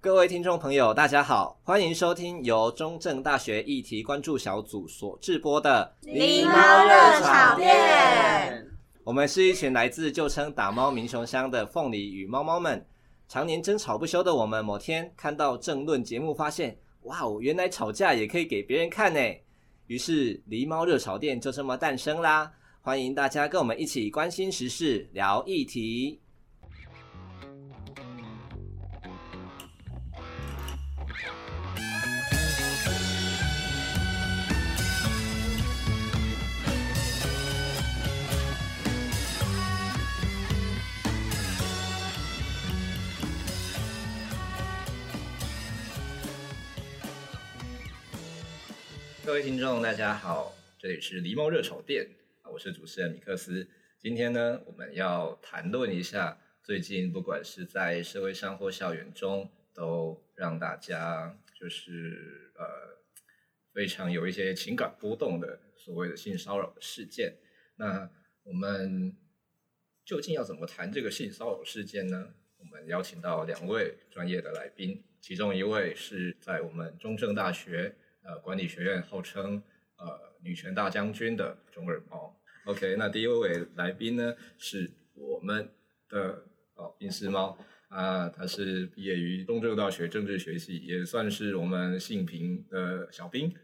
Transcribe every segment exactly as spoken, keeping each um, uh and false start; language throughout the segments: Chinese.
各位听众朋友大家好，欢迎收听由中正大学议题关注小组所制播的狸猫热炒店。 我们是一群来自旧称打猫民雄乡的凤梨与猫猫们，常年争吵不休的我们，某天看到政论节目，发现哇哦，原来吵架也可以给别人看呢。于是狸猫热炒店就这么诞生啦。欢迎大家跟我们一起关心时事，聊议题。各位听众大家好，这里是狸猫热炒店，我是主持人米克斯。今天呢，我们要谈论一下最近不管是在社会上或校园中，都让大家就是呃非常有一些情感波动的所谓的性骚扰的事件。那我们究竟要怎么谈这个性骚扰事件呢？我们邀请到两位专业的来宾，其中一位是在我们中正大学呃管理学院号称呃女权大将军的中二猫。OK， 那第一位来宾呢是我们的哦冰丝猫啊，他是毕业于中正大学政治学系，也算是我们性平的小兵。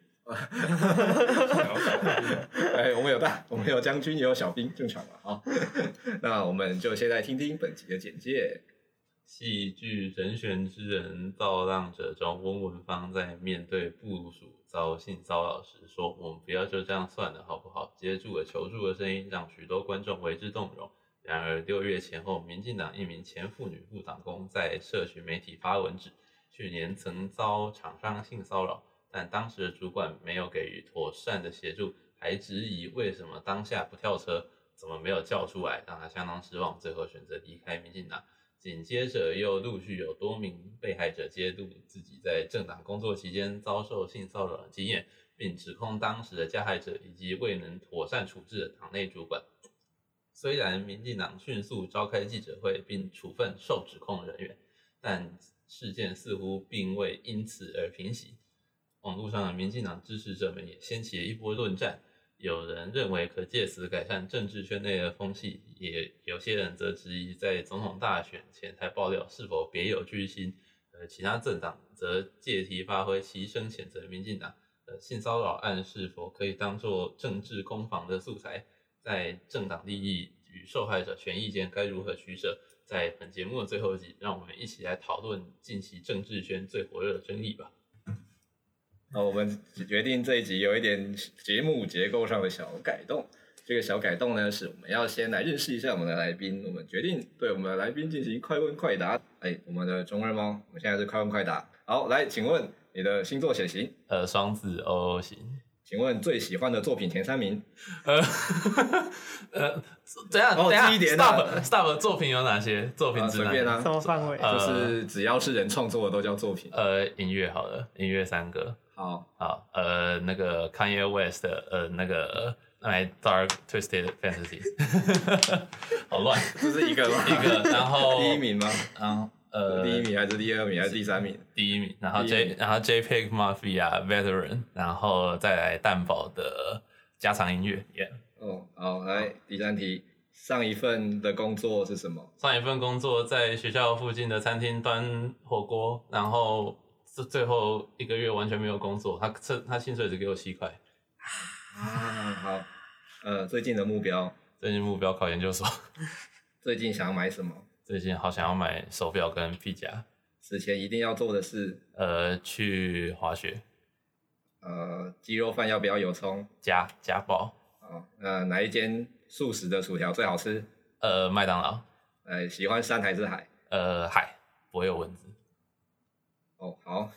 哎，我们有大，我们有将军，也有小兵，正常嘛。好，那我们就现在听听本集的简介。 戏剧《人选之人造浪者》中，翁文芳在面对部属遭性骚扰时说：“我们不要就这样算了，好不好？”接住了求助的声音，让许多观众为之动容。然而，六月前后，民进党一名前妇女部党工在社群媒体发文指，去年曾遭厂商性骚扰，但当时的主管没有给予妥善的协助，还质疑为什么当下不跳车，怎么没有叫出来，让他相当失望，最后选择离开民进党。紧接着又陆续有多名被害者揭露自己在政党工作期间遭受性骚扰的经验，并指控当时的加害者以及未能妥善处置的党内主管。虽然民进党迅速召开记者会并处分受指控人员，但事件似乎并未因此而平息。网络上的民进党支持者们也掀起了一波论战，有人认为可借此改善政治圈内的风气，也有些人则质疑在总统大选前才爆料是否别有居心。呃，其他政党则借题发挥，齐声谴责民进党。呃，性骚扰案是否可以当作政治攻防的素材？在政党利益与受害者权益间该如何取舍？在本节目的最后一集，让我们一起来讨论近期政治圈最火热的争议吧。 那我们决定这一集有一点节目结构上的小改动。这个小改动呢，是我们要先来认识一下我们的来宾。我们决定对我们的来宾进行快问快答。哎，我们的中二猫，我们现在是快问快答。好，来，请问你的星座血型？ 呃，双子 O 型。 请问最喜欢的作品前三名？ 呃呃，等一下， 哦， 等一下 ，stop stop， 作品有哪些？作品之随便啊， 什么范围？ 就是只要是人创作的都叫作品。 呃，音乐好了，音乐三个。 好， 好，呃，那个 Kanye West 的呃那个 My Dark Twisted Fantasy， 好乱， 这是一个吗？ 一个，然后第一名吗？ 然后呃， 第一名还是第二名还是第三名？ 第一名，然后 J 然后 JPEG Mafia Veteran， 然后再来蛋堡的家常音乐 ，Yeah。 哦，好，来第三题，上一份的工作是什么？ 上一份工作在学校附近的餐厅端火锅，然后最后一个月完全没有工作，他他薪水只给我七块。 啊，好，呃，最近的目标？ 最近目标考研究所。 最近想要买什么？ 最近好想要买手表跟皮夹。 此前一定要做的事？ 呃，去滑雪。 呃，鸡肉饭要不要油葱？ 加加爆。 好，呃，哪一间素食的薯条最好吃？ 呃，麦当劳。 呃，喜欢山还是海？ 呃，海，不会有蚊子。 哦，好。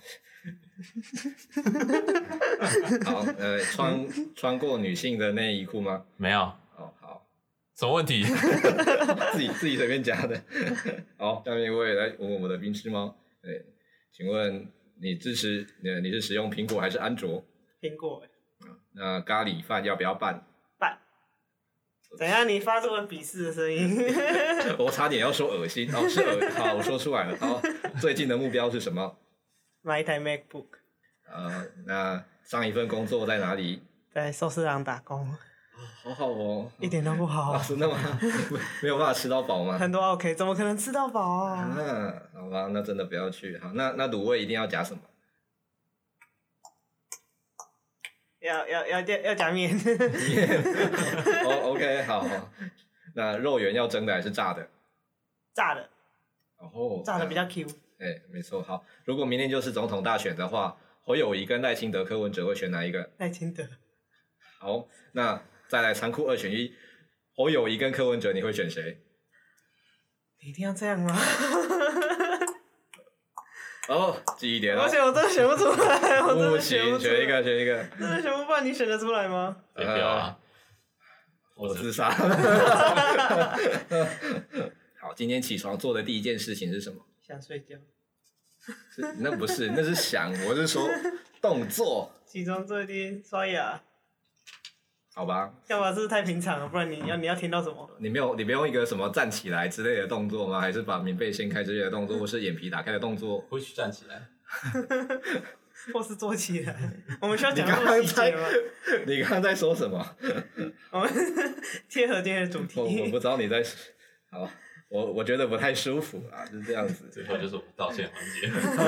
好，呃，穿穿过女性的内衣裤吗？ 没有。 哦，好。 什么问题？ 自己自己随便加的。好，下面一位来问我们的冰吃猫。对，请问你支持呃你是使用苹果还是安卓？ 苹果。 那咖喱饭要不要拌？ 拌。 怎样？你发出了鄙视的声音。 我差点要说恶心，哦，是恶，好，我说出来了。好，最近的目标是什么？ 买一台 MacBook。 呃，那上一份工作在哪里？ 在寿司郎打工。 好好哦， 一点都不好。 啊、真的吗？没有办法吃到饱吗？ 很多 OK， 怎么可能吃到饱啊？ 啊，好吧，那真的不要去。好，那那卤味一定要加什么？ 要要要加要加面。 面。哦 ，OK， 好好。那肉圆要蒸的还是炸的？ 炸的。 哦， 炸的比较 Q。 哎、欸，没错。好，如果明天就是总统大选的话，侯友宜跟赖清德、柯文哲会选哪一个？ 赖清德。 好，那再来残酷二选一，侯友宜跟柯文哲，你会选谁？ 你一定要这样吗？ 哦，记忆点哦。 而且我真的选不出来，我真的不选不行，选一个，选一个。 真的选不出来，你选得出来吗？ 别票啊！ 我自杀。好，今天起床做的第一件事情是什么？ 想睡觉。 那不是，那是想，我是说动作。 起床做的第一刷牙。 好吧。 干嘛？是不是太平常了？不然你要你要听到什么？ 你没有你没有一个什么站起来之类的动作吗？还是把棉被掀开之类的动作，或是眼皮打开的动作？ 会去站起来。 或是坐起来。我们需要讲这么细节吗？ 你刚刚在说什么？ 我们贴合今天的主题。 我我不知道你在。好。我我觉得不太舒服啊，就是这样子。 最后就是我们道歉环节。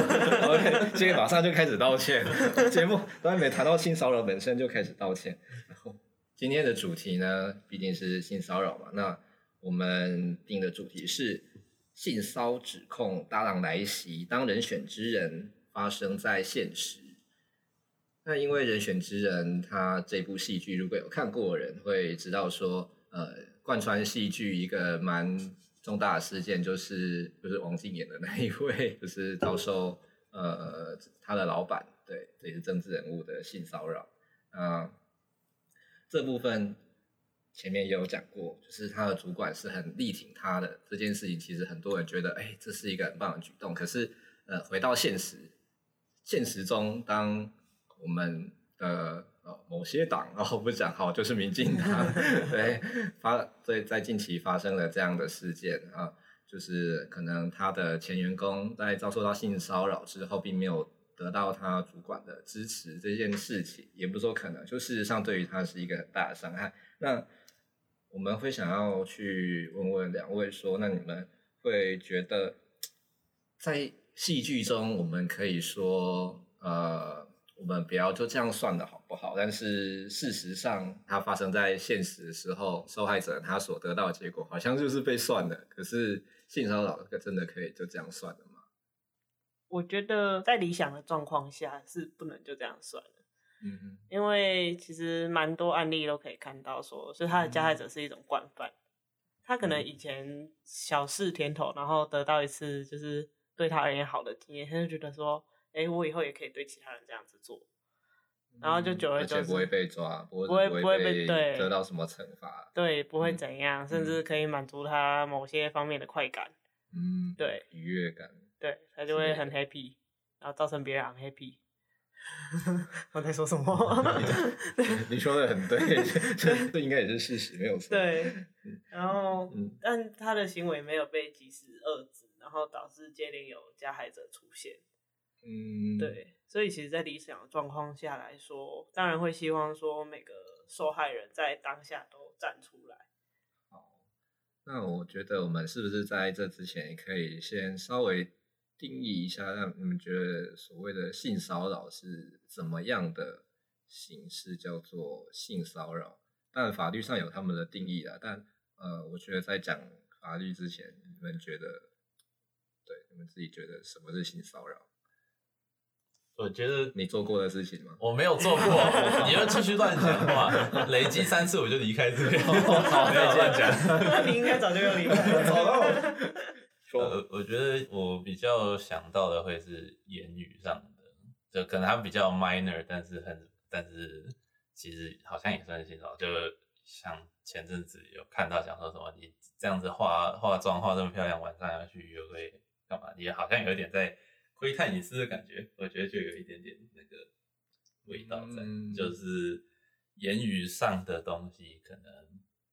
OK， 今天马上就开始道歉。节目都还没谈到性骚扰本身就开始道歉。然后今天的主题呢，毕竟是性骚扰嘛，那我们定的主题是性骚指控大浪来袭，当人选之人发生在现实。那因为人选之人，他这部戏剧如果有看过的人会知道说，呃，贯穿戏剧一个蛮重大的事件就是就是王静演的那一位，就是遭受呃他的老板，对，这也是政治人物的性骚扰。啊、呃，这部分前面也有讲过，就是他的主管是很力挺他的这件事情，其实很多人觉得，哎，这是一个很棒的举动。可是，呃，回到现实，现实中，当我们的哦，某些党哦，不讲好，就是民进党，对，发在在近期发生了这样的事件啊，就是可能他的前员工在遭受到性骚扰之后，并没有得到他主管的支持，这件事情也不是说可能，就事实上对于他是一个很大的伤害。那我们会想要去问问两位说，那你们会觉得在戏剧中，我们可以说呃。我们不要就这样算了好不好？但是事实上，它发生在现实的时候，受害者他所得到的结果好像就是被算了。可是性骚扰真的可以就这样算了吗？ 我觉得在理想的状况下是不能就这样算了。 嗯哼， 因为其实蛮多案例都可以看到说，所以他的加害者是一种惯犯，他可能以前小试甜头，然后得到一次就是对他而言好的经验，他就觉得说，哎、欸，我以后也可以对其他人这样子做，然后就久而久之， 而且不会被抓，不会不会不会被对得到什么惩罚， 对，不会怎样， 嗯、 甚至可以满足他某些方面的快感， 嗯， 对， 愉悦感， 对，他就会很 happy， 然后造成别人 unhappy。我在说什么？ 你说的很对，这应该也是事实，没有错。 对，然后， 嗯、 但他的行为没有被及时遏制，然后导致接连有加害者出现。 嗯， 对，所以其实，在理想的状况下来说，当然会希望说每个受害人在当下都站出来。 好，那我觉得我们是不是在这之前也可以先稍微定义一下，让你们觉得所谓的性骚扰是怎么样的形式叫做性骚扰？当然法律上有他们的定义啦，但呃，我觉得在讲法律之前，你们觉得，对，你们自己觉得什么是性骚扰？ 我觉得你做过的事情吗？ 我没有做过，你要继续乱讲话，累积三次我就离开这边。好，不要乱讲。 那你应该早就要离开了。 早了。 呃，我觉得我比较想到的会是言语上的，就可能它比较 minor， 但是很，但是其实好像也算是性骚扰。就像前阵子有看到讲说什么，你这样子化化妆化这么漂亮，晚上要去约会干嘛？也好像有一点在窥探隐私的感觉，我觉得就有一点点那个味道在，嗯、就是言语上的东西可能比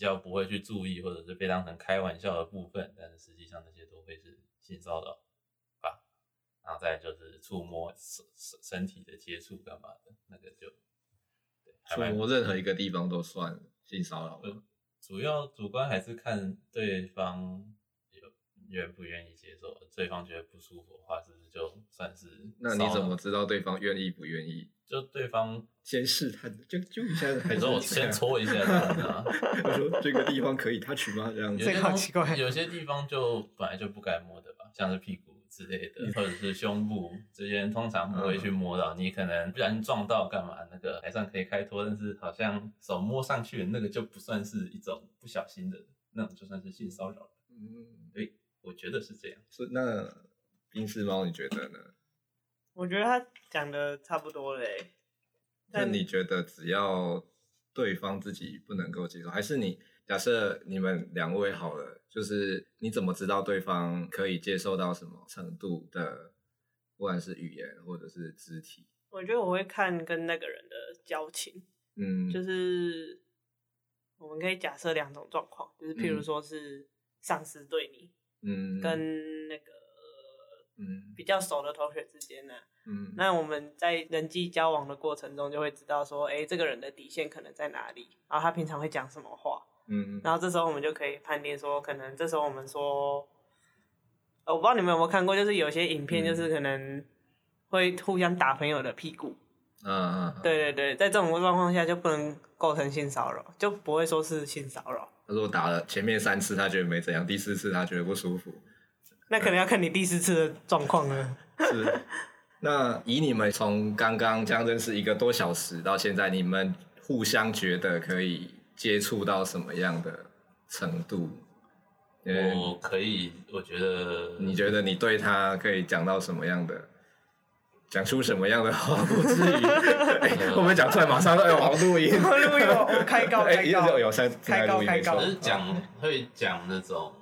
较不会去注意或者是被当成开玩笑的部分，但是实际上那些都会是性骚扰吧。然后再来就是触摸身身体的接触干嘛的，那个就对， 触摸任何一个地方都算性骚扰。 呃，主要主观还是看对方有愿不愿意接受，对方觉得不舒服的话，是不是就算是？ 那你怎么知道对方愿意不愿意？ 就对方先试探，就就一下，还是你说我先搓一下这样子啊？ 我说这个地方可以 touch 吗？这样子， 这个好奇怪。 有些地方就本来就不该摸的吧，像是屁股之类的，或者是胸部这些，通常不会去摸到。你可能不小心撞到干嘛，那个还算可以开脱，但是好像手摸上去的那个就不算是一种不小心的，那种就算是性骚扰。嗯，对，我觉得是这样。 是那冰室猫，你觉得呢？ 我觉得他讲的差不多了欸。 那你觉得只要对方自己不能够接受，还是你假设你们两位好了，就是你怎么知道对方可以接受到什么程度的，不管是语言或者是肢体？ 我觉得我会看跟那个人的交情， 嗯， 就是我们可以假设两种状况，就是譬如说是上司对你， 嗯， 跟那个嗯比较熟的同学之间呢、啊， 嗯， 那我们在人际交往的过程中就会知道说，哎，这个人的底线可能在哪里，然后他平常会讲什么话， 嗯， 然后这时候我们就可以判定说，可能这时候我们说，呃，我不知道你们有没有看过，就是有些影片就是可能会互相打朋友的屁股， 嗯嗯， 对对对，在这种状况下就不能构成性骚扰，就不会说是性骚扰。 他说打了前面三次他觉得没怎样，第四次他觉得不舒服， 那可能要看你第四次的状况了。 是。那以你们从刚刚这样认识一个多小时到现在，你们互相觉得可以接触到什么样的程度？ 我可以，我觉得， 你觉得你对他可以讲到什么样的，讲出什么样的话，不至于、欸、会不会讲出来马上哎，我录音， 录音我我开高哎， 开高， 有在开高开高只是讲会讲那种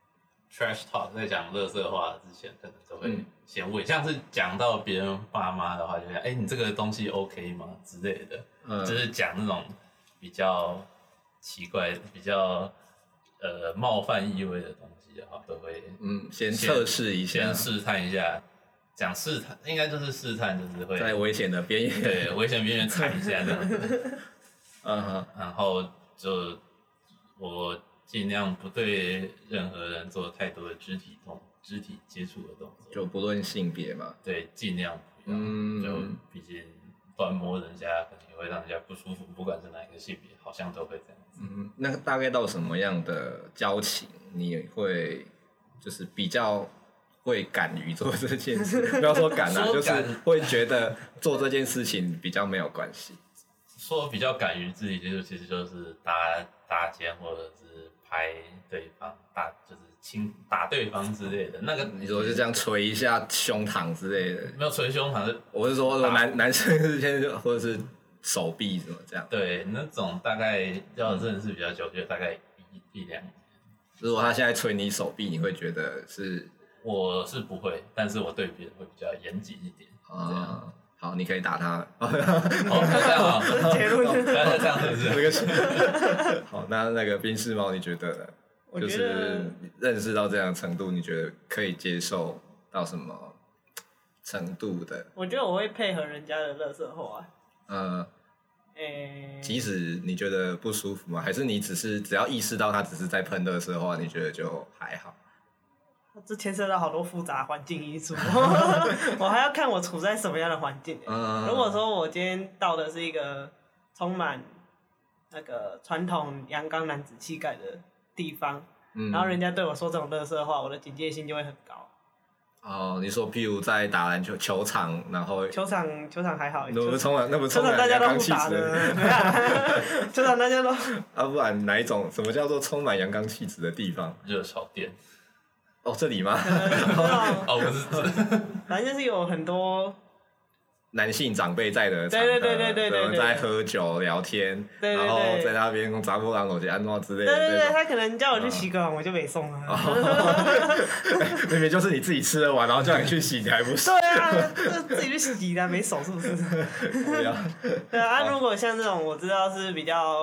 trash talk， 在讲垃圾话之前，可能就会先问，嗯、像是讲到别人爸妈的话，就讲，哎、欸，你这个东西 OK 吗之类的，嗯、就是讲那种比较奇怪、比较呃冒犯意味的东西的话，都会嗯先测试一下， 先试探一下。讲试探，应该就是试探，就是会在危险的边缘， 对，危险边缘踩一下这样子。 嗯哼， 然后就我尽量不对任何人做太多的肢体动、肢体接触的动作， 就不论性别嘛。 对，尽量不要。嗯，就毕竟乱摸人家可能也会让人家不舒服，不管是哪一个性别，好像都会这样子。 嗯，那大概到什么样的交情，你会就是比较会敢于做这件事？不要说敢啊，就是会觉得做这件事情比较没有关系。 说比较敢于自己接触，其实就是搭搭肩或者是拍对方，打就是轻打对方之类的。那个你说是这样捶一下胸膛之类的？ 没有捶胸膛，是我是说男男生之间或者是手臂什么这样。 对，那种大概要认识比较久，就大概一一两年。 如果他现在捶你手臂，你会觉得是？ 我是不会，但是我对别人会比较严谨一点。 啊，好，你可以打他。 哦，这样啊， 结论是这样子是这个是。好，那那个冰室猫，你觉得呢？ 我觉得就是认识到这样的程度，你觉得可以接受到什么程度的？ 我觉得我会配合人家的垃圾话。 呃， 欸、 即使你觉得不舒服吗？还是你只是只要意识到他只是在喷垃圾话，你觉得就还好？ 这牵涉到好多复杂环境因素，我还要看我处在什么样的环境、欸。嗯、如果说我今天到的是一个充满那个传统阳刚男子气概的地方，嗯、然后人家对我说这种垃圾话，我的警戒心就会很高。 哦，你说譬如在打篮球球场，然后球场球场还好， 那不充满那不充满阳刚气质的，球场大家都啊，不然哪一种什么叫做充满阳刚气质的地方？ 热炒店。 哦，这里吗？ 哦，不是， 反正就是有很多男性长辈在的场合， 对对对对对对， 在喝酒聊天， 对对对， 然后在那边跟杂波郎我去安诺之类的。 对对对，他可能叫我去洗个碗，我就没送了。 哦、明明就是你自己吃得完，然后叫你去洗，你还不洗？ 对啊，自己去洗的，没手是不是？ 对啊。 对啊，如果像这种我知道是比较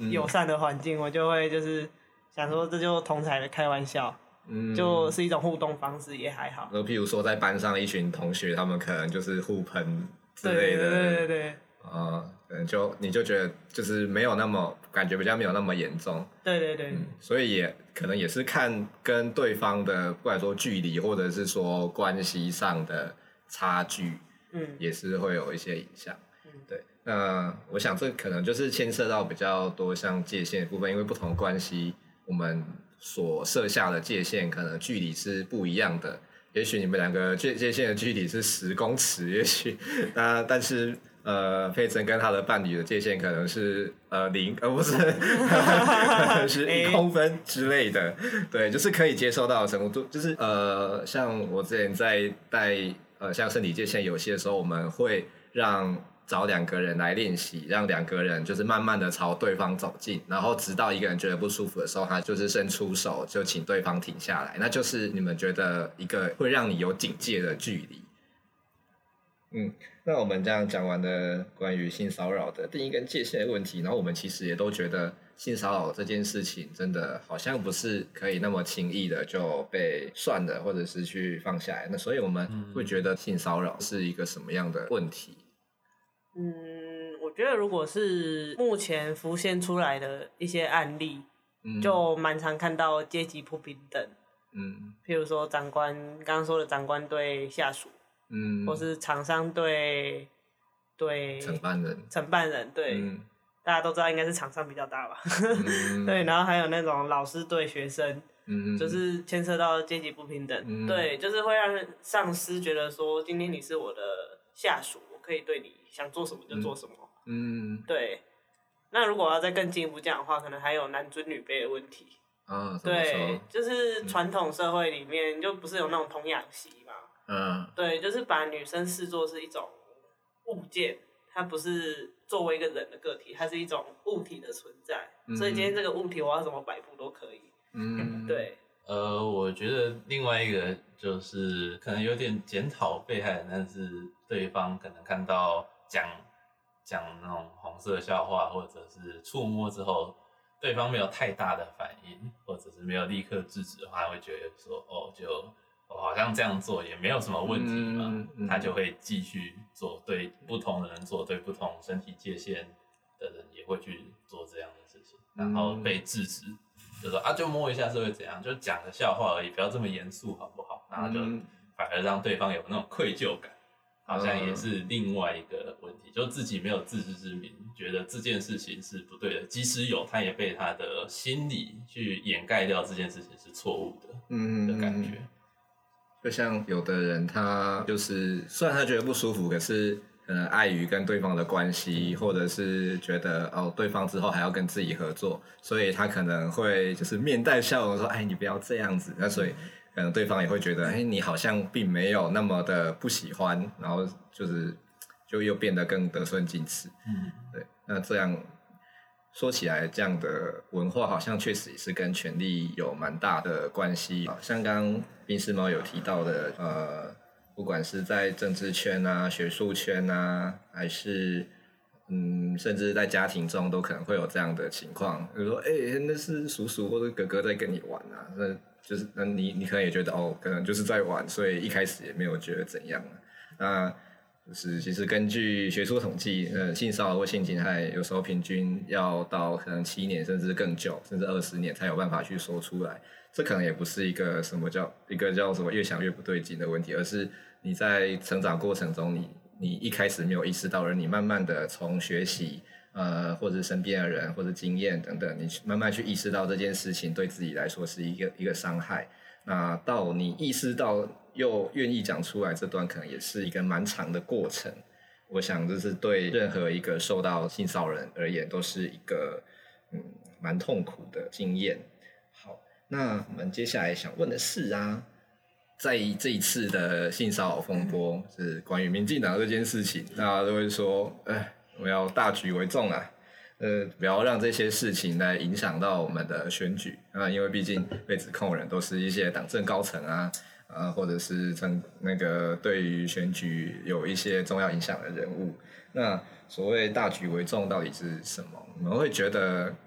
友善的环境，我就会就是想说这就同侪的开玩笑，嗯，就是一种互动方式，也还好。 就譬如说在班上一群同学，他们可能就是互喷之类的， 对对对对， 啊，可能就你就觉得就是没有那么感觉比较没有那么严重， 对对对， 嗯，所以也可能也是看跟对方的不管说距离或者是说关系上的差距，嗯，也是会有一些影响，嗯，对。那我想这可能就是牵涉到比较多像界限的部分，因为不同的关系，我们所设下的界限可能距离是不一样的。也许你们两个界界限的距离是十公尺，也许那但是呃，佩珍跟他的伴侣的界限可能是呃零，而不是可能是一公分之类的。对，就是可以接受到的程度，就是呃，像我之前在带呃像身体界限游戏的时候，我们会让找两个人来练习，让两个人就是慢慢的朝对方走近，然后直到一个人觉得不舒服的时候，他就是伸出手就请对方停下来，那就是你们觉得一个会让你有警戒的距离。嗯，那我们这样讲完了关于性骚扰的定义跟界限的问题，然后我们其实也都觉得性骚扰这件事情真的好像不是可以那么轻易的就被算了，或者是去放下来。那所以我们会觉得性骚扰是一个什么样的问题？ 嗯，我觉得如果是目前浮现出来的一些案例，嗯、就蛮常看到阶级不平等。嗯，譬如说长官刚刚说的长官对下属，嗯，或是厂商对对承办人， 承办人对、嗯，大家都知道应该是厂商比较大吧。嗯、对，然后还有那种老师对学生。嗯，就是牵涉到阶级不平等、嗯，对，就是会让上司觉得说，今天你是我的下属，我可以对你想做什么就做什么。嗯，对。那如果要再更进一步讲的话，可能还有男尊女卑的问题。 啊， 对，就是传统社会里面、嗯、就不是有那种童养媳嘛。嗯。对，就是把女生视作是一种物件，它不是作为一个人的个体，它是一种物体的存在。嗯、所以今天这个物体我要怎么摆布都可以。嗯，对。 呃，我觉得另外一个就是可能有点检讨被害人，但是对方可能看到讲讲那种红色笑话或者是触摸之后，对方没有太大的反应，或者是没有立刻制止的话，会觉得说哦，就我、哦、好像这样做也没有什么问题嘛，嗯嗯、他就会继续做，对不同的人做，对不同身体界限的人也会去做这样的事情，然后被制止。就说啊，就摸一下是会怎样？就讲个笑话而已，不要这么严肃，好不好？然后就反而让对方有那种愧疚感，好像也是另外一个问题，就自己没有自知之明，觉得这件事情是不对的，即使有，他也被他的心理去掩盖掉这件事情是错误的，嗯的感觉。 就像有的人，他就是虽然他觉得不舒服，可是。可能碍于跟对方的关系，或者是觉得哦对方之后还要跟自己合作，所以他可能会就是面带笑容说：“哎，你不要这样子。”那所以可能对方也会觉得：“哎，你好像并没有那么的不喜欢。”然后就是就又变得更得寸进尺。嗯，对。那这样说起来，这样的文化好像确实也是跟权力有蛮大的关系。像刚刚冰室猫有提到的，呃。不管是在政治圈啊、学术圈啊，还是嗯，甚至在家庭中，都可能会有这样的情况。比如说，哎、欸，那是叔叔或者哥哥在跟你玩啊，那就是那你你可能也觉得哦，可能就是在玩，所以一开始也没有觉得怎样。那就是其实根据学术统计，呃，性骚扰或性侵害有时候平均要到可能七年甚至更久，甚至二十年才有办法去说出来。这可能也不是一个什么叫一个叫什么越想越不对劲的问题，而是你在成长过程中，你你一开始没有意识到，而你慢慢的从学习呃或者身边的人或者经验等等，你慢慢去意识到这件事情对自己来说是一个一个伤害。那到你意识到又愿意讲出来，这段可能也是一个蛮长的过程。我想这是对任何一个受到性骚扰人而言都是一个嗯蛮痛苦的经验。好。那我们接下来想问的是啊，在这一次的性骚扰风波，是关于民进党这件事情，大家都会说，哎，我要大局为重啊，呃，不要让这些事情来影响到我们的选举啊，因为毕竟被指控的人都是一些党政高层啊，啊，或者是政那个对于选举有一些重要影响的人物。那所谓大局为重到底是什么？你们会觉得？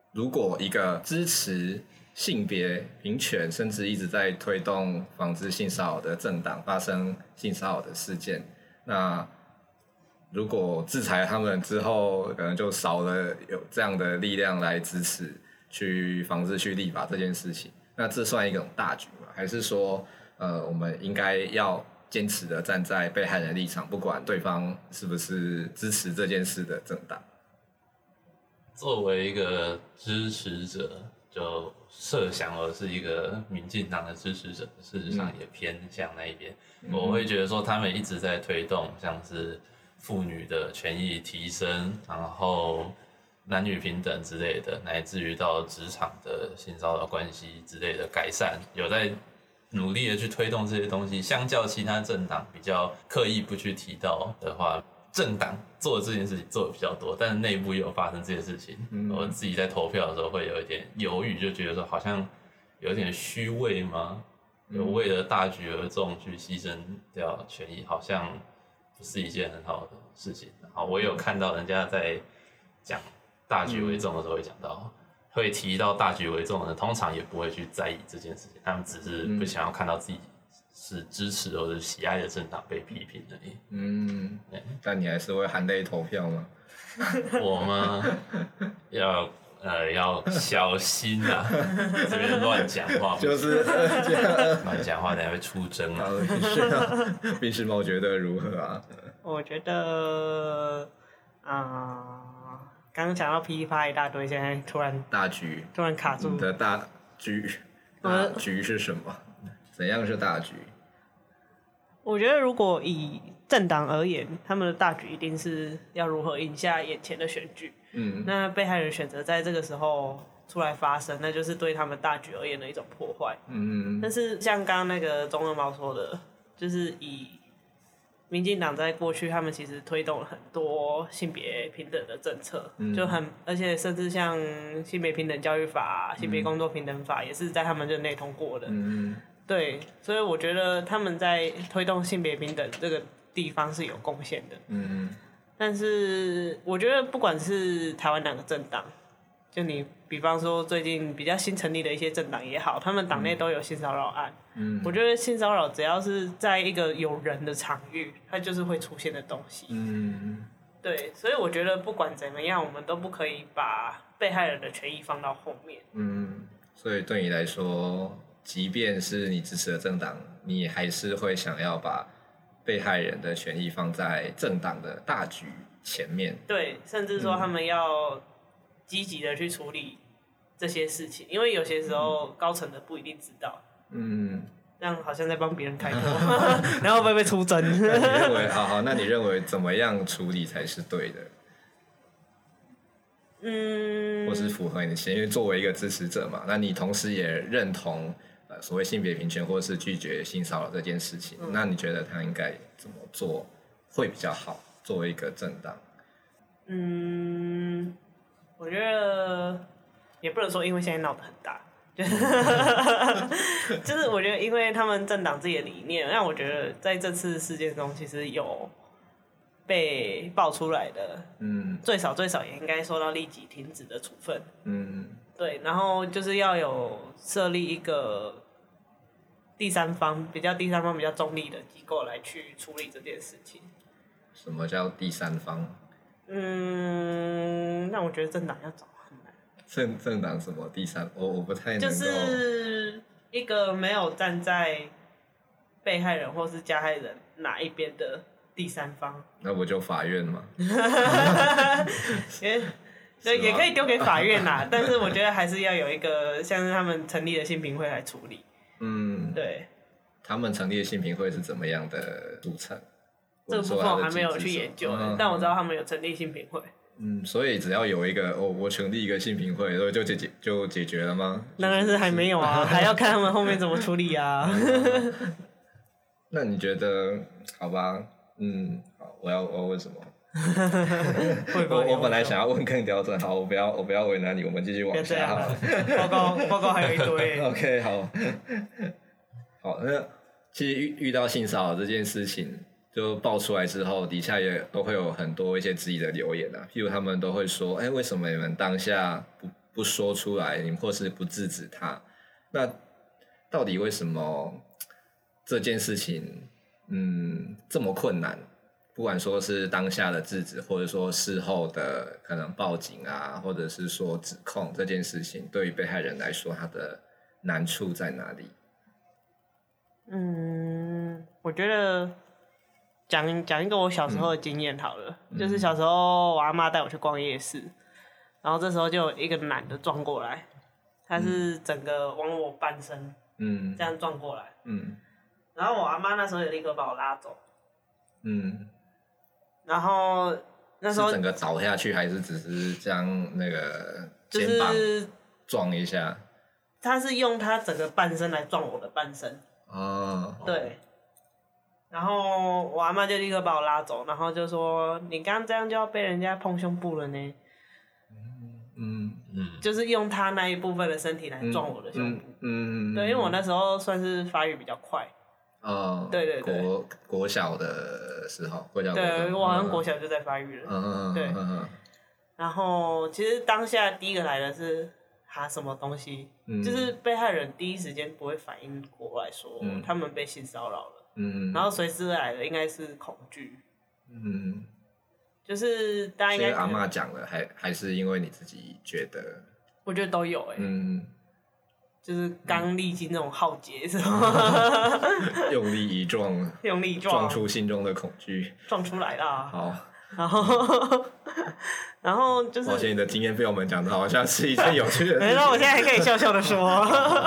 如果一个支持性别平权，甚至一直在推动防治性骚扰的政党发生性骚扰的事件，那如果制裁他们之后，可能就少了有这样的力量来支持去防治、去立法这件事情。那这算一种大局吗？还是说，呃，我们应该要坚持的站在被害人立场，不管对方是不是支持这件事的政党？ 作为一个支持者，就设想我是一个民进党的支持者，事实上也偏向那一边。嗯、我会觉得说，他们一直在推动像是妇女的权益提升，然后男女平等之类的，乃至于到职场的性骚扰关系之类的改善，有在努力的去推动这些东西。相较其他政党比较刻意不去提到的话，政党做这件事情做的比较多，但是内部也有发生这些事情。嗯、我自己在投票的时候会有一点犹豫，就觉得说好像有点虚伪吗？有为了大局而重去牺牲掉权益，好像不是一件很好的事情。然后我有看到人家在讲大局为重的时候会讲到，会提到大局为重的人，通常也不会去在意这件事情，他们只是不想要看到自己是支持或者喜爱的政党被批评而已。嗯， 但你还是会含泪投票吗？ 我吗？要呃要小心啊，这边乱讲话， 就是乱讲话，等下会出征啊。 冰室猫觉得如何啊？ 我觉得啊。刚刚讲到噼里啪啦一大堆，现在突然大局突然卡住。 你的大局，大局是什么？怎样是大局？ 我觉得如果以政党而言，他们的大局一定是要如何赢下眼前的选举。嗯，那被害人选择在这个时候出来发声，那就是对他们大局而言的一种破坏。嗯，但是像刚刚那个中二猫说的，就是以民进党在过去，他们其实推动了很多性别平等的政策，嗯、就很，而且甚至像性别平等教育法、性别工作平等法，也是在他们任内通过的。嗯、对，所以我觉得他们在推动性别平等这个地方是有贡献的。嗯、但是我觉得不管是台湾哪个政党，就你比方说最近比较新成立的一些政党也好，他们党内都有性骚扰案。嗯，我觉得性骚扰只要是在一个有人的场域，它就是会出现的东西。嗯，对，所以我觉得不管怎么样，我们都不可以把被害人的权益放到后面。 嗯，所以对你来说，即便是你支持的政党，你还是会想要把被害人的权益放在政党的大局前面。对， 甚至说他们要积极的去处理这些事情，因为有些时候高层的不一定知道。嗯，这样好像在帮别人开脱，然后会不会出征？ 那你认为，好好，那你认为怎么样处理才是对的？嗯，或是符合你的心？因为作为一个支持者嘛，那你同时也认同呃所谓性别平权或是拒绝性骚扰这件事情，嗯、那你觉得他应该怎么做会比较好？作为一个政党， 嗯，我觉得也不能说因为现在闹得很大。就是我觉得，因为他们政党自己的理念，让我觉得在这次事件中，其实有被爆出来的，嗯，最少最少也应该受到立即停止的处分，嗯，对，然后就是要有设立一个第三方，比较第三方比较中立的机构来去处理这件事情。 什么叫第三方？ 嗯，那我觉得政党要找。 政政党什么第三？我我不太能够。 就是一个没有站在被害人或是加害人哪一边的第三方。 那不就法院吗？ 也对，也可以丢给法院啦。但是我觉得还是要有一个像是他们成立的性平会来处理。嗯，对。 他们成立的性平会是怎么样的组成？ 这个部分我还没有去研究，嗯、但我知道他们有成立性平会。 嗯，所以只要有一个哦，我成立一个性平会，就解决就解决了吗？ 当然是还没有啊，还要看他们后面怎么处理啊。 那你觉得好吧？嗯，好，我要我要问什么？我我本来想要问更刁钻，好，我不要我不要为难你，我们继续往下好了。 报告报告还有一堆。 OK， 好，好，那其实遇遇到性骚扰这件事情。就爆出来之后，底下也都会有很多一些质疑的留言啊，譬如他们都会说，哎、欸，为什么你们当下不不说出来，你或是不制止他，那到底为什么这件事情嗯这么困难？不管说是当下的制止，或者说事后的可能报警啊，或者是说指控这件事情，对于被害人来说，他的难处在哪里？ 嗯，我觉得讲讲一个我小时候的经验好了， 嗯、 就是小时候我阿妈带我去逛夜市，然后这时候就有一个男的撞过来，他是整个往我半身，嗯，这样撞过来，嗯，然后我阿妈那时候也立刻把我拉走，嗯。然后那时候是整个倒下去，还是只是将那个肩膀撞一下？就是、 他是用他整个半身来撞我的半身。哦。对。然后我阿嬷就立刻把我拉走，然后就说：“你刚刚这样就要被人家碰胸部了呢。”嗯嗯。就是用他那一部分的身体来撞我的胸部。嗯嗯。对，因为我那时候算是发育比较快。 哦， 对对对， 国国小的时候，国小对，我好像国小就在发育了，嗯嗯对，嗯然后其实当下第一个来的是哈什么东西，嗯、就是被害人第一时间不会反应过来说、嗯、他们被性骚扰了，嗯然后随之来的应该是恐惧，嗯，就是大家应该阿嬷讲了，还还是因为你自己觉得？ 我觉得都有哎、欸，嗯。就是刚历经那种浩劫之后， 用力一撞， 用力撞， 撞出心中的恐惧， 撞出来啦。 好， 然后，然后就是， 抱歉，你的经验被我们讲的好像是一件有趣的事情。 没事，我现在还可以笑笑的说。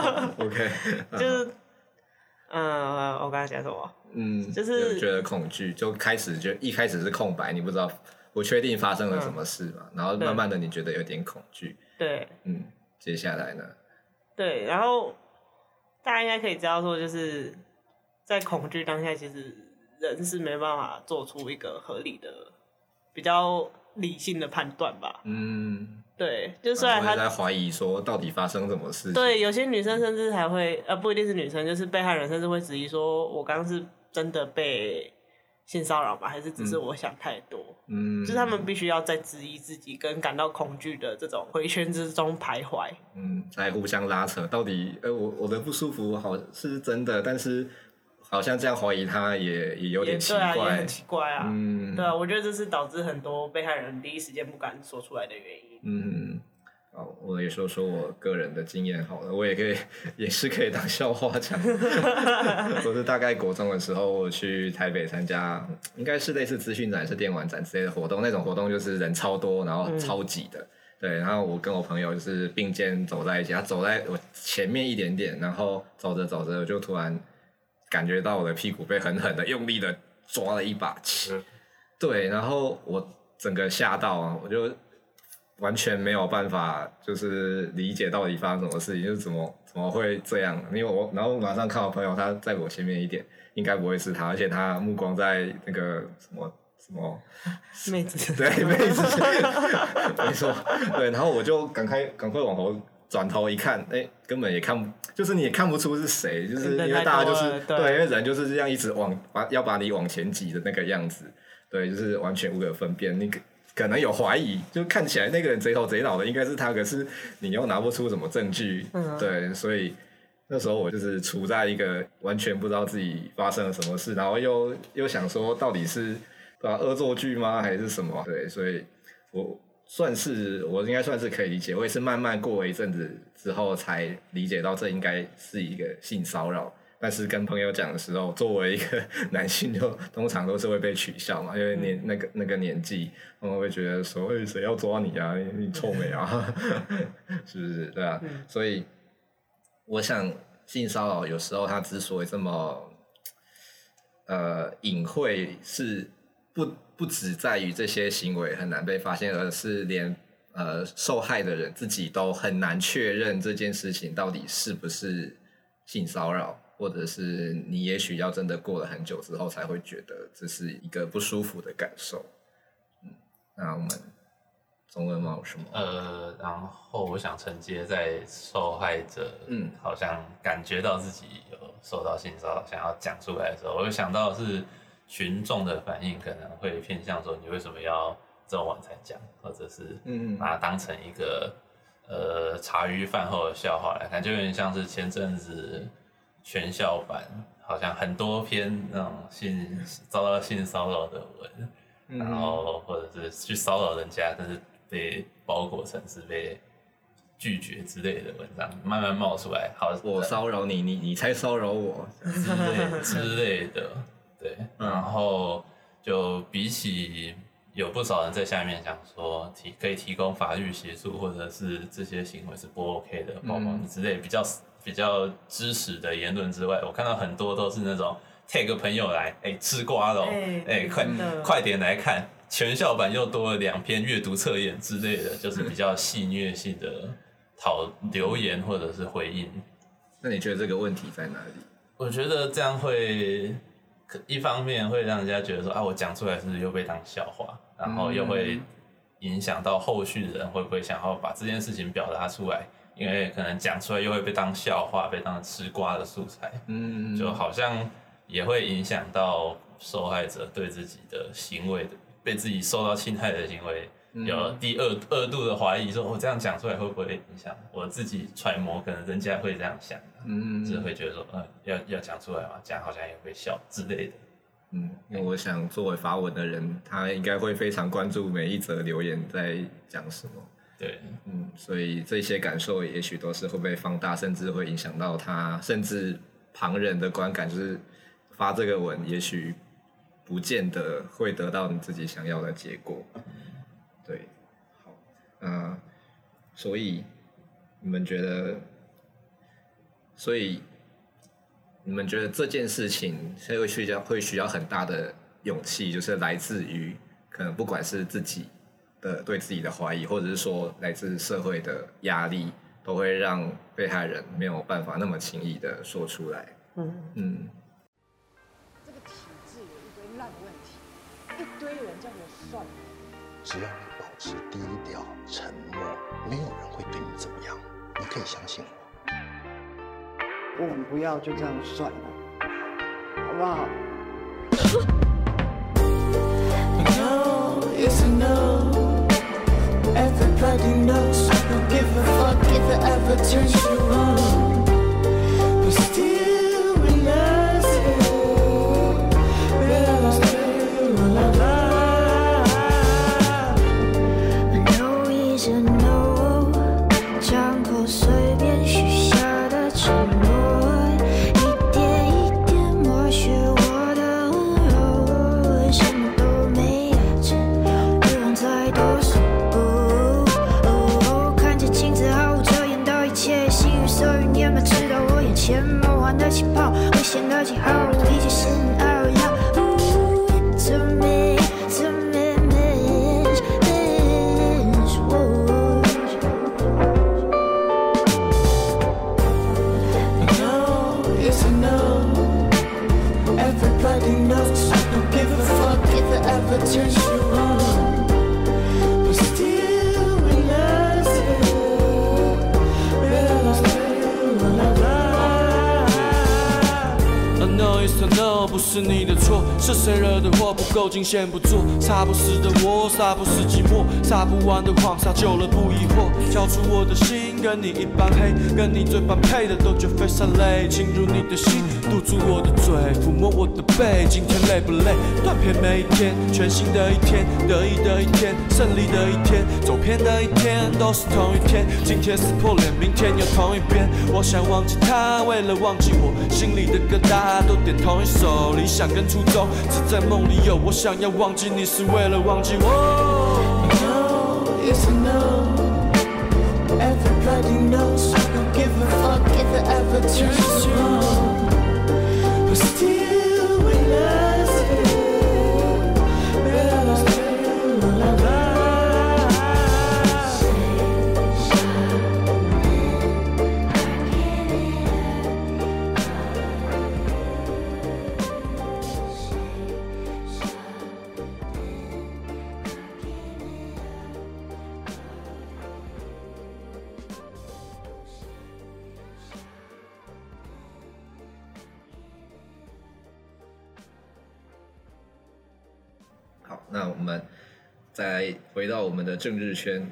OK， 就是，嗯，我刚才讲什么？ 嗯， 就是觉得恐惧，就开始就一开始是空白，你不知道不确定发生了什么事嘛，嗯、然后慢慢的你觉得有点恐惧。 对， 嗯，接下来呢？ 对，然后大家应该可以知道说，就是在恐惧当下，其实人是没办法做出一个合理的、比较理性的判断吧。嗯，对，就虽然他在怀疑说到底发生什么事情。 对，有些女生甚至还会，呃，不一定是女生，就是被害人甚至会质疑说，我刚刚是真的被性骚扰吗？还是只是我想太多？嗯，就是他们必须要在质疑自己跟感到恐惧的这种回圈之中徘徊。 嗯，在互相拉扯，到底，呃，我我的不舒服好是真的，但是好像这样怀疑他也也有点奇怪， 对啊，也很奇怪啊。嗯，对啊，我觉得这是导致很多被害人第一时间不敢说出来的原因。 嗯。好，我也说说我个人的经验好了，我也可以，也是可以当笑话讲。我是大概国中的时候，我去台北参加，应该是类似资讯展、是电玩展之类的活动。那种活动就是人超多，然后超挤的。嗯、对，然后我跟我朋友就是并肩走在一起，他走在我前面一点点，然后走着走着，我就突然感觉到我的屁股被狠狠的、用力的抓了一把起。嗯、对，然后我整个吓到啊，我就。完全没有办法，就是理解到底发生什么事情，就是怎么怎么会这样？因为我然后马上看我朋友，他在我前面一点，应该不会是他，而且他目光在那个什么什么妹子， 对妹子，没错，对，然后我就赶快赶快往头转头一看，哎、欸，根本也看不，就是你也看不出是谁，就是因为大家就是对，因为人就是这样一直往把要把你往前挤的那个样子，对，就是完全无可分辨，你可能有怀疑，就看起来那个人贼头贼脑的应该是他，可是你又拿不出什么证据，嗯、对，所以那时候我就是处在一个完全不知道自己发生了什么事，然后又又想说到底是啊恶作剧吗还是什么？对，所以我算是我应该算是可以理解，我也是慢慢过了一阵子之后才理解到这应该是一个性骚扰。但是跟朋友讲的时候，作为一个男性就通常都是会被取笑嘛，因为年、嗯、那个那个年纪，他们会觉得说，哎、欸，谁要抓你啊？你, 你臭美啊，是不是？对啊，嗯、所以我想性骚扰有时候它之所以这么呃隐晦，是不不只在于这些行为很难被发现，而是连呃受害的人自己都很难确认这件事情到底是不是性骚扰。或者是你也许要真的过了很久之后才会觉得这是一个不舒服的感受。嗯，那我们中文吗有什么？ 呃，然后我想承接在受害者，嗯，好像感觉到自己有受到性骚扰，想要讲出来的时候，我就想到是群众的反应可能会偏向说，你为什么要这么晚才讲，或者是把它当成一个呃茶余饭后的笑话来看，就有点像是前阵子全校版好像很多篇那种性遭到性骚扰的文，嗯、然后或者是去骚扰人家，但是被包裹成是被拒绝之类的文章慢慢冒出来。好， 我骚扰你，你你才骚扰我之类之类的，对，嗯、然后就比起。有不少人在下面讲说提可以提供法律协助，或者是这些行为是不 OK 的，包括你之类比较比较支持的言论之外，我看到很多都是那种 tag 朋友来，哎、欸、吃瓜了，哎、欸欸、快快点来看，全校版又多了两篇阅读测验之类的，就是比较戏谑性的讨留言或者是回应。 那你觉得这个问题在哪里？ 我觉得这样会。一方面会让人家觉得说啊，我讲出来是不是又被当笑话，然后又会影响到后续的人会不会想要把这件事情表达出来，因为可能讲出来又会被当笑话，被当吃瓜的素材，嗯，就好像也会影响到受害者对自己的行为的被自己受到侵害的行为有第二二度的怀疑，说我这样讲出来会不会影响我自己揣摩，可能人家会这样想。嗯，就是会觉得说，嗯，要要讲出来嘛，讲好像也会笑之类的。 嗯，因为我想作为发文的人，他应该会非常关注每一则留言在讲什么。 对， 嗯，所以这些感受也许都是会被放大，甚至会影响到他，甚至旁人的观感，就是发这个文，也许不见得会得到你自己想要的结果。对，好，嗯、呃，所以你们觉得？所以，你们觉得这件事情是会需要会需要很大的勇气，就是来自于可能不管是自己的对自己的怀疑，或者是说来自社会的压力，都会让被害人没有办法那么轻易的说出来。嗯嗯。 这个体制有一堆烂问题，一堆人叫我算。 只要你保持低调、沉默，没有人会对你怎么样。你可以相信我。 我们不要就这样算了，好不好？No, yes I know. Everybody knows I don't give a fuck if it ever turns you on. But still we love you. We'll still love. No is a no. 张口随便许下的承诺。气泡，危险的记号，一切是二幺。It's a me, it's a me, bitch, bitch. No, yes I know. Everybody knows I don't give a fuck if it ever turns you on. But still we love you. We'll still love. No, it's a no， 不是你的错，是谁惹的祸？不够惊险不做，杀不死的我，杀不死寂寞，杀不完的谎，杀久了不疑惑。交出我的心，跟你一般黑，跟你最般配的都绝非善类。侵入你的心，堵住我的嘴，抚摸我的背。今天累不累？断片每一天，全新的一天，得意的一天，胜利的一天，走偏的一天，都是同一天。今天撕破脸，明天又同一遍。我想忘记他，为了忘记我，心里的疙瘩都点同一首。理想跟初衷，只在梦里有。我想要忘记你，是为了忘记我。No, yes I know. Everybody knows I don't give a fuck if it ever turns you on. But still we love you. We'll still love. 好，那我们再回到我们的政治圈，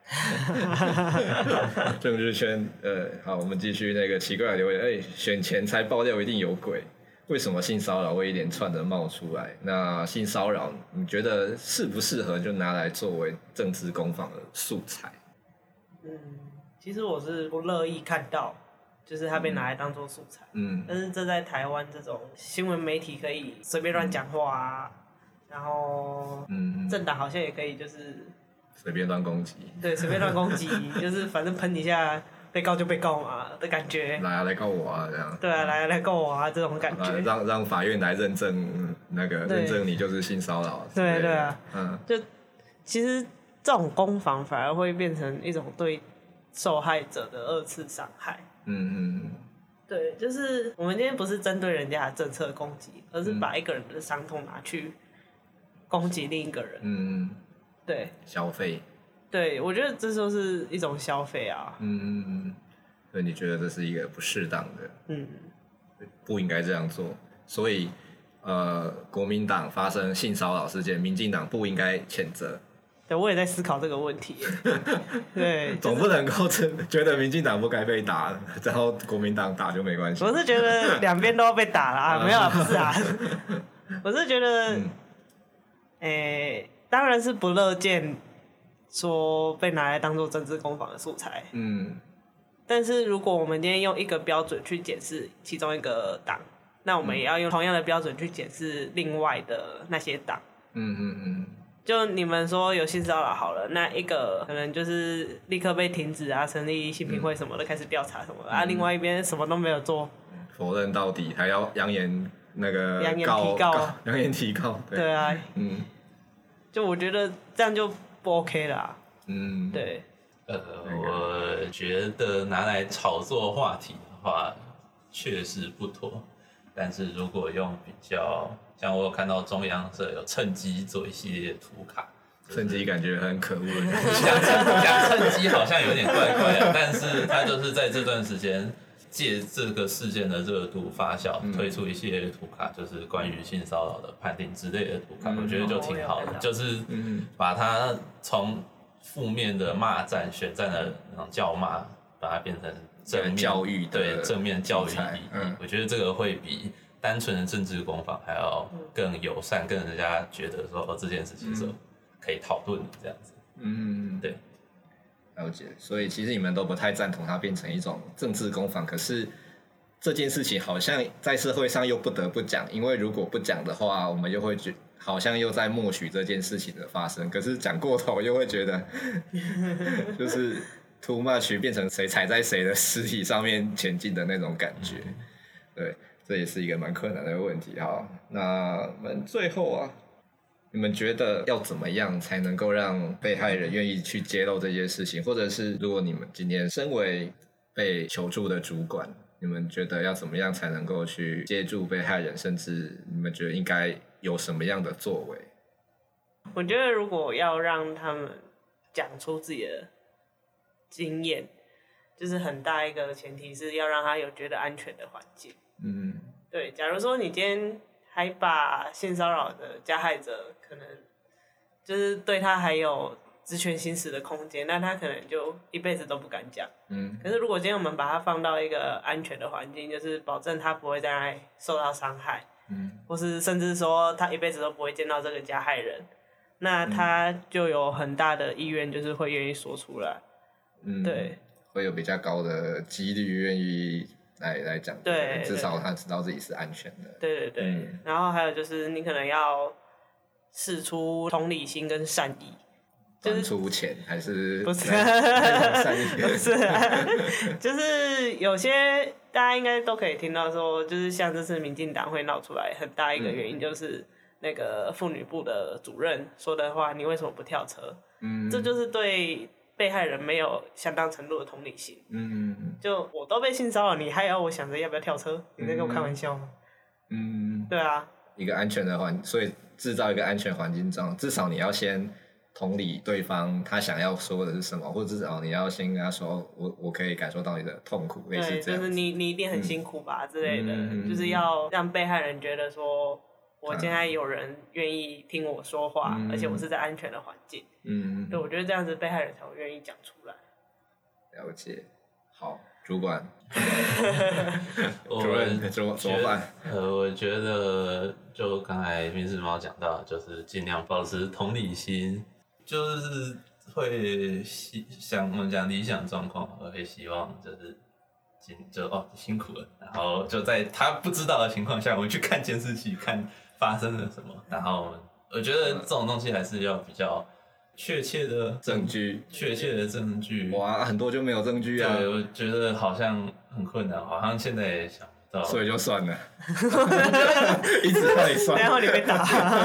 政治圈，呃，好，我们继续那个奇怪的留言。哎、欸，选前才爆料一定有鬼，为什么性骚扰会一连串的冒出来？那性骚扰，你觉得适不适合就拿来作为政治攻防的素材？ 嗯，其实我是不乐意看到，就是它被拿来当做素材。嗯，但是这在台湾这种新闻媒体可以随便乱讲话啊，然后嗯，政党好像也可以就是随便乱攻击。 对，随便乱攻击，就是反正喷一下，被告就被告嘛的感觉。 来啊，来告我啊，这样。 对啊，来啊，来告我啊，这种感觉。 让让法院来认证那个认证你就是性骚扰。 对对啊，嗯，就其实。这种攻防反而会变成一种对受害者的二次伤害。嗯嗯嗯。对，就是我们今天不是针对人家的政策攻击，而是把一个人的伤痛拿去攻击另一个人。嗯嗯。对。 消费。 对，我觉得这就是一种消费啊。 嗯嗯嗯。所以你觉得这是一个不适当的？嗯。不应该这样做，所以呃，国民党发生性骚扰事件，民进党不应该谴责。 对，我也在思考这个问题。对，就是、 总不能够觉得民进党不该被打，然后国民党打就没关系。 我是觉得两边都要被打啦，没有啊，不是啊。我是觉得，嗯欸、当然是不乐见说被拿来当做政治攻防的素材。嗯。但是如果我们今天用一个标准去检视其中一个党，那我们也要用同样的标准去检视另外的那些党。嗯嗯嗯。就你们说有性骚扰好了，那一个可能就是立刻被停止啊，成立性平会什么的，开始调查什么的、嗯、啊，另外一边什么都没有做， 否认到底，还要扬言那个扬言提告， 扬言提告， 对, 对啊，嗯，就我觉得这样就不 OK 啦，嗯，对， 呃，我觉得拿来炒作话题的话，确实不妥，但是如果用比较。像我有看到中央社有趁机做一系列图卡， 就是、趁机感觉很可恶的感觉。讲趁机好像有点怪怪的，但是他就是在这段时间借这个事件的热度发酵，嗯、推出一系列图卡，就是关于性骚扰的判定之类的图卡，嗯、我觉得就挺好的，嗯、就是把它从负面的骂战、选战的那种叫骂，把它变成正面教育的对正面教育意义、嗯。我觉得这个会比。单纯的政治攻防还要更友善，更人家觉得说哦这件事情是可以讨论的这样子。嗯，对， 了解。所以其实你们都不太赞同它变成一种政治攻防，可是这件事情好像在社会上又不得不讲，因为如果不讲的话，我们又会觉好像又在默许这件事情的发生。可是讲过头又会觉得就是 too much 变成谁踩在谁的尸体上面前进的那种感觉，对。这也是一个蛮困难的问题哈。那我们最后啊，你们觉得要怎么样才能够让被害人愿意去揭露这些事情？或者是如果你们今天身为被求助的主管，你们觉得要怎么样才能够去接住被害人？甚至你们觉得应该有什么样的作为？ 我觉得如果要让他们讲出自己的经验，就是很大一个前提是要让他有觉得安全的环境。嗯，对。假如说你今天还把性骚扰的加害者可能就是对他还有职权行使的空间，那他可能就一辈子都不敢讲。嗯。可是如果今天我们把他放到一个安全的环境，就是保证他不会在那里受到伤害，嗯，或是甚至说他一辈子都不会见到这个加害人，那他就有很大的意愿，就是会愿意说出来。嗯，对， 会有比较高的几率愿意。来来讲， 对， 至少他知道自己是安全的。 对对对，嗯、然后还有就是你可能要释出同理心跟善意， 就是出钱还是不是善意？不是、啊，就是有些大家应该都可以听到说，就是像这次民进党会闹出来，很大一个原因就是那个妇女部的主任说的话，你为什么不跳车？嗯，这就是对。被害人没有相当程度的同理心，嗯，就我都被性骚扰，你还要我想着要不要跳车？你在跟我开玩笑吗？嗯，对啊， 一个安全的环，所以制造一个安全环境中，至少你要先同理对方他想要说的是什么，或者至少你要先跟他说，我我可以感受到你的痛苦，类似这样， 就是你你一定很辛苦吧、嗯、之类的、嗯，就是要让被害人觉得说， 我现在有人愿意听我说话， 嗯、 而且我是在安全的环境。 嗯， 对，我觉得这样子被害人才会愿意讲出来。 了解。好，主管。 主任怎么怎么办？ 呃，我觉得就刚才冰室猫讲到，就是尽量保持同理心，就是会希想我们讲理想状况，我会希望就是就哦辛苦了，然后就在他不知道的情况下，我们去看监视器，看发生了什么，然后我觉得这种东西还是要比较确切的证据， 确切的证据。 哇，很多就没有证据啊。 对，我觉得好像很困难，好像现在也想不到， 所以就算了，一直让你算。 然后你被打，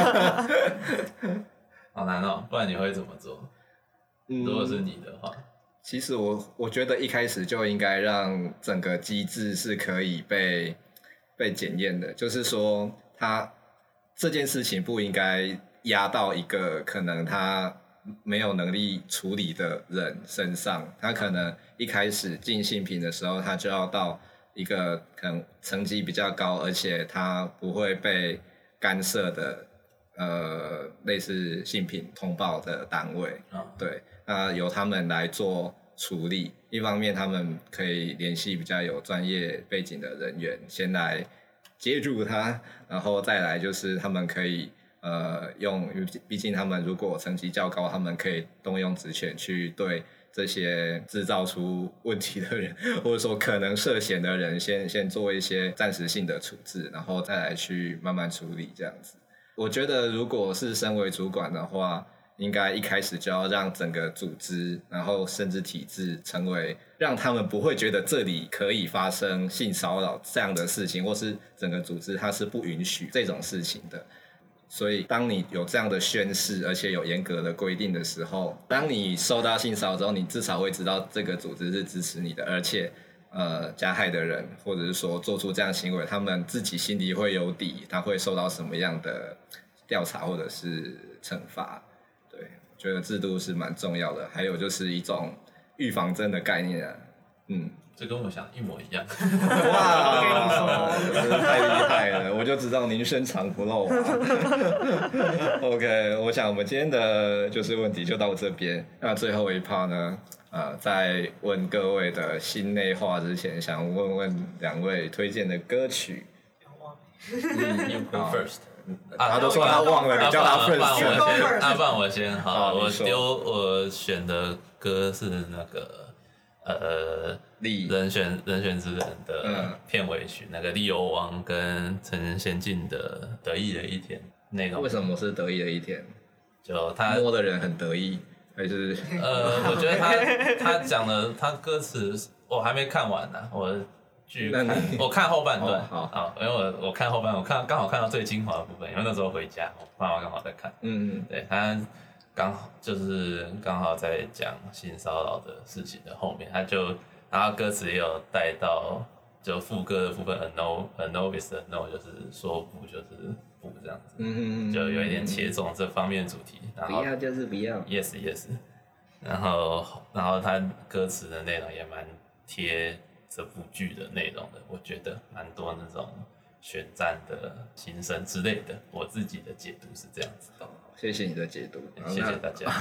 好难哦，不然你会怎么做？ 嗯、 如果是你的话， 其实我我觉得一开始就应该让整个机制是可以被被检验的，就是说他这件事情不应该压到一个可能他没有能力处理的人身上，他可能一开始进性平的时候，他就要到一个可能成绩比较高，而且他不会被干涉的，呃，类似性平通报的单位， 哦、 对，那由他们来做处理。一方面，他们可以联系比较有专业背景的人员，先来接住他，然后再来就是他们可以。呃，用，毕竟他们如果成绩较高，他们可以动用职权去对这些制造出问题的人，或者说可能涉嫌的人先，先先做一些暂时性的处置，然后再来去慢慢处理这样子。我觉得，如果是身为主管的话，应该一开始就要让整个组织，然后甚至体制成为让他们不会觉得这里可以发生性骚扰这样的事情，或是整个组织它是不允许这种事情的。所以当你有这样的宣示，而且有严格的规定的时候，当你受到性骚扰之后，你至少会知道这个组织是支持你的，而且呃加害的人或者是说做出这样行为，他们自己心里会有底，他会受到什么样的调查或者是惩罚。对，我觉得制度是蛮重要的。还有就是一种预防针的概念啊，嗯。 这跟我想的一模一样。 哇，真的太厉害了！我就知道您深藏不露啊。OK， 我想我们今天的就是问题就到这边。那最后一 part 呢，呃，在问各位的心内话之前，想问问两位推荐的歌曲。 嗯 ，You go first。 他都说他忘了，你叫他 first。那不然我先，好， 我丢我选的歌是那个。呃，人选人选之人的片尾曲，嗯、那个利欧王跟陈贤进的《得意的一天》那种。 为什么是得意的一天？ 就他摸的人很得意，还是？ 呃，我觉得他他讲的他歌词我还没看完呢、啊，我剧看我看后半段， 好， 好，因为我我看后半，我看刚好看到最精华的部分，因为那时候回家，我爸妈刚好在看， 嗯嗯， 对他。刚好就是刚好在讲性骚扰的事情的后面，他就然后歌词也有带到就副歌的部分 ，a no a no is a no， 就是说不就是不这样子， 嗯嗯， 就有一点切中这方面主题。然后不要就是不要 ，yes yes， 然后然后他歌词的内容也蛮贴这部剧的内容的，我觉得蛮多那种选战的心声之类的，我自己的解读是这样子的。 谢谢你的解读， 谢谢大家。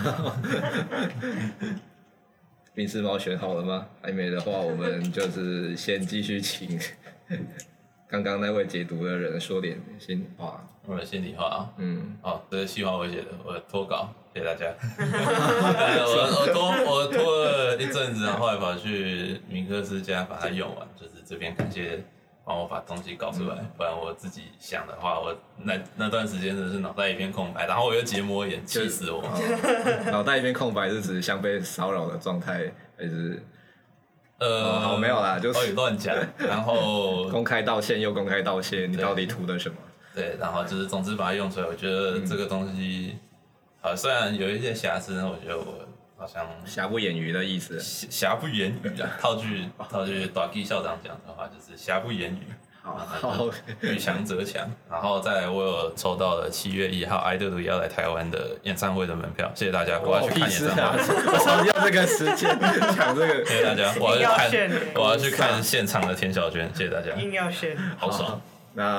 冰室猫选好了吗？还没的话，我们就是先继续请刚刚那位解读的人说点心话。 我的心里话啊， 嗯， 哦，这是细话我写的，我的脱稿，谢谢大家。我我拖我拖了一阵子，然后后来跑去明克斯家把它用完，就是这边感谢。帮我把东西搞出来，嗯、不然我自己想的话，我那那段时间真的是脑袋一片空白，然后我又结膜炎，气死我。 脑袋一片空白是指像被骚扰的状态，还是？呃、哦，好，没有啦，就是乱讲，然后公开道歉又公开道歉，你到底图的什么？ 对，然后就是总之把它用出来，我觉得这个东西，啊、嗯，虽然有一些瑕疵，但我觉得我。好像瑕不掩瑜的意思， 瑕不掩瑜啊！套句套句短基校长讲的话，就是瑕不掩瑜。 好， 遇强则强。然后再来，我有抽到了七月一号爱豆也要来台湾的演唱会的门票，谢谢大家，我要去看演唱会。 我操，要这个时间抢这个， 谢谢大家，我要去看，我要去看现场的田小娟，谢谢大家。 硬要选， 好爽。 那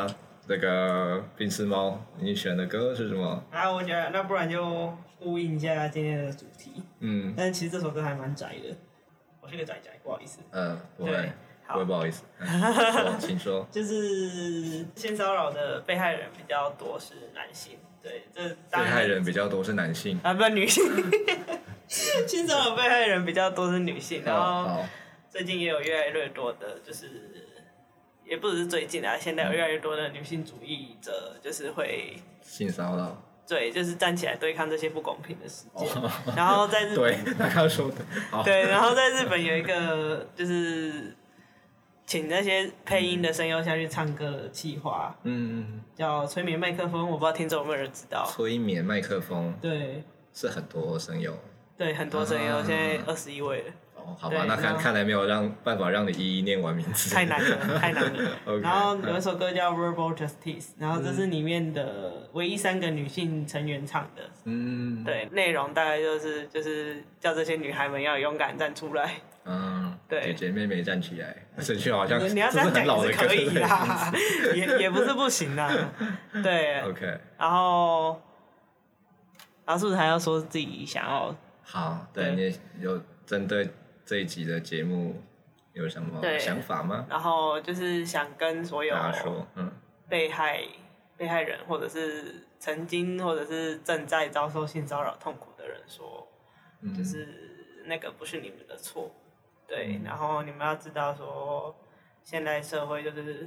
这个冰丝猫，你选的歌是什么？ 啊，我觉得那不然就呼应一下今天的主题。 嗯， 但是其实这首歌还蛮宅的，我是个宅宅，不好意思。 嗯，不会， 对不会，不好意思。嗯说请说。 就是性骚扰的被害人比较多是男性，对，这被当然害人比较多是男性。 啊，不是女性。性骚扰被害人比较多是女性，然后好， 最近也有越来越多的，就是也不只是最近啊，现在有越来越多的女性主义者，就是会性骚扰。 对，就是站起来对抗这些不公平的事件。 哦然后在日对本， 他刚刚说的。好。 对，然后在日本有一个就是请那些配音的声优下去唱歌的企划， 嗯， 叫催眠麦克风，我不知道听众有没有人知道。 催眠麦克风对是很多声优。 对，很多声优， 啊现在二十一位了。 哦，好吧， 对那看然后看来没有让办法让你一一念完名字。 太难了，太难了。 OK， 然后有一首歌叫《Verbal Justice》，然后这是里面的唯一三个女性成员唱的。 嗯， 对，内容大概就是就是叫这些女孩们要勇敢站出来。 嗯， 对姐姐妹妹站起来，这句好像你要这样讲也是可以啦，也也不是不行啦。对 OK， 然后然后是不是还要说自己想要？ 好，对， 对你有针对这一集的节目有什么对想法吗？ 然后就是想跟所有大家说，嗯， 被害被害人，或者是曾经或者是正在遭受性骚扰痛苦的人说， 嗯就是那个不是你们的错，对， 嗯然后你们要知道说，现在社会就是，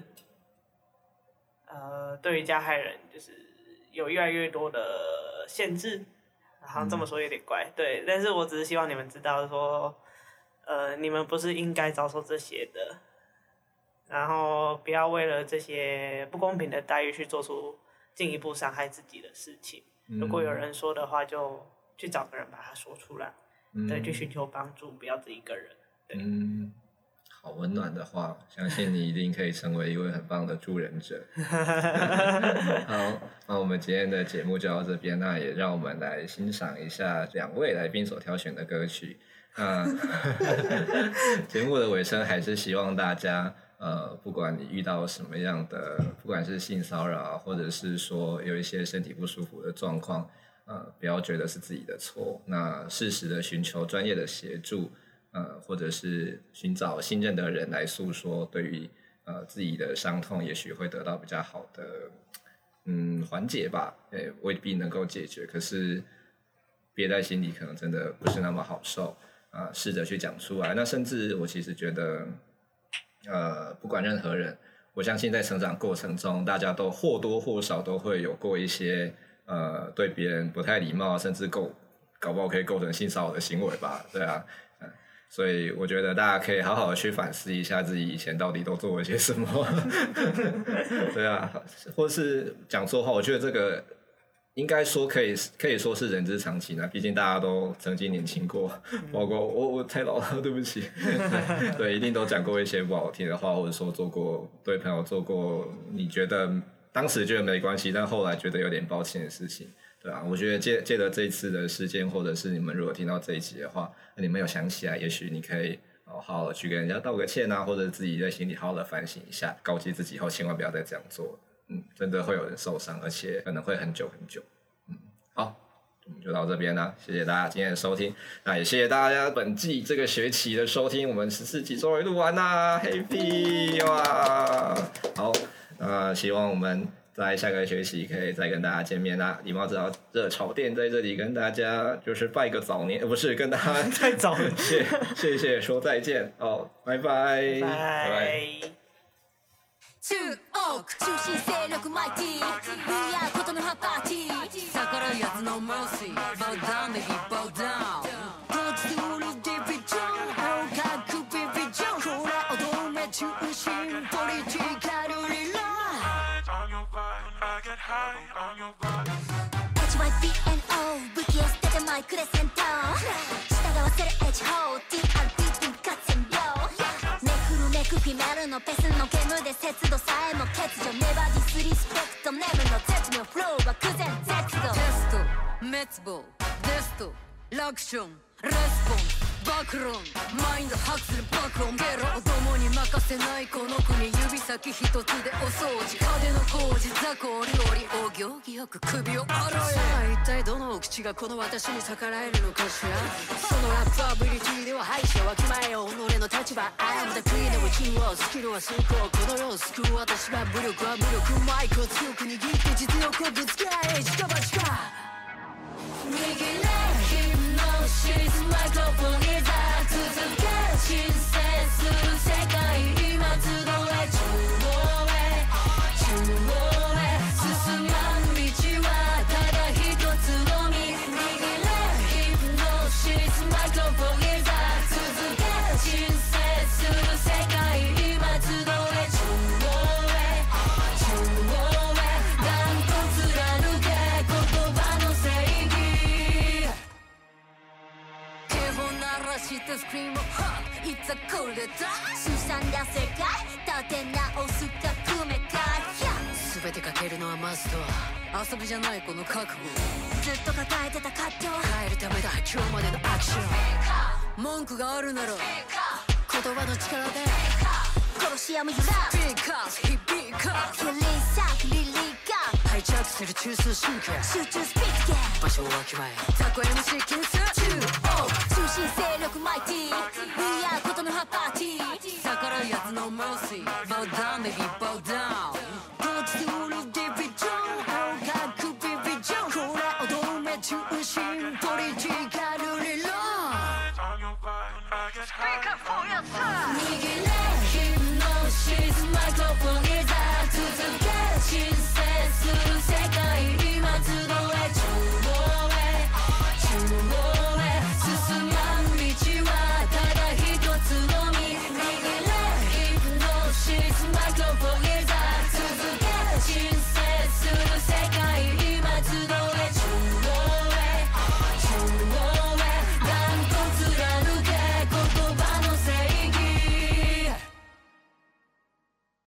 呃，对于加害人就是有越来越多的限制，然后这么说有点怪，对，但是我只是希望你们知道说，呃，你们不是应该遭受这些的。然后不要为了这些不公平的待遇去做出进一步伤害自己的事情。 嗯如果有人说的话，就去找个人把它说出来， 嗯对，去寻求帮助，不要自己一个人。对， 嗯，好温暖的话，相信你一定可以成为一位很棒的助人者。好，那我们今天的节目就到这边，那也让我们来欣赏一下两位来宾所挑选的歌曲。那节目的尾声，还是希望大家。呃，不管你遇到什么样的，不管是性骚扰，或者是说有一些身体不舒服的状况，呃，不要觉得是自己的错，那适时的寻求专业的协助，呃，或者是寻找信任的人来诉说，对于呃自己的伤痛，也许会得到比较好的嗯缓解吧，诶，未必能够解决，可是憋在心里可能真的不是那么好受啊，试着去讲出来。那甚至我其实觉得。呃，不管任何人，我相信在成长过程中，大家都或多或少都会有过一些呃对别人不太礼貌，甚至构搞不好可以构成性骚扰的行为吧，对啊，嗯，所以我觉得大家可以好好的去反思一下自己以前到底都做了些什么，对啊，或是讲错话，我觉得这个。应该说可以可以说是人之常情啊，毕竟大家都曾经年轻过，包括我我太老了，对不起，对，对，一定都讲过一些不好听的话，或者说做过对朋友做过你觉得当时觉得没关系，但后来觉得有点抱歉的事情，对啊，我觉得借借着这一次的事件，或者是你们如果听到这一集的话，那你们有想起来，也许你可以好好的去跟人家道个歉啊，或者自己在心里好好的反省一下，告诫自己以后千万不要再这样做。嗯，真的会有人受伤，而且可能会很久很久。嗯，好，我们就到这边啦，谢谢大家今天的收听，那也谢谢大家本季这个学期的收听，我们十四集终于录完啦 ，Happy 哇！好，那希望我们在下个学期可以再跟大家见面啦。礼貌知道热炒店在这里跟大家就是拜个早年，呃，不是跟大家太早了， 谢谢谢说再见哦，拜拜， 拜拜拜。 中央中心勢力マイティー分野ことの葉パーティー逆らうやつの Mercy Bow down baby bow down 閉じるディビジョン青かくビビジョンほら踊め中心ポリティカルリラ エイチワイビーエヌオー 武器を捨ててマイクで戦闘従わせる H ホー ティーアールビー 分割占領めくるめくフィメルのペスの煙で節度さえも欠如ネバディスリスペクトネブの絶妙フローは空前絶後テスト滅亡デストラクションレスポンス暴論マインドハックする暴論ゲロ子供に任せないこの国指先一つでお掃除風の工事雑魚料理お行儀よく首を洗えさあ一体どの口がこの私に逆らえるのかしらそのラップアビリティでは敗者は決まえよ己の立場 I am the queen of king をスキルは成功この世を救う私が武力は武力マイクを強く握って実力をぶつけ合え近場近握れヒプノシスマイクロフォンいざ続け申請する世界今集え中央へ中央へ進まん道はただ一つのみ握れヒプノシスマイクロフォンいざ続け申請する世界今集え中央へ中央へ断トツ貫け言葉の正義警報鳴らしてスクリームハッいつこれだすさんだ世界立て直す革命か全てかけるのはマスト遊びじゃないこの覚悟ずっと抱えてた葛藤変えるためだ今日までのアクション文句があるなら言葉の力で殺し合う揺らスピーカーズ響かキリンサークリリーカハイジャックする中枢神経集中スピーチゲ場所をわきまえザコ エムシー 禁止中央中心勢力マイティー We are ことの葉パーティー逆らうやつの Mercy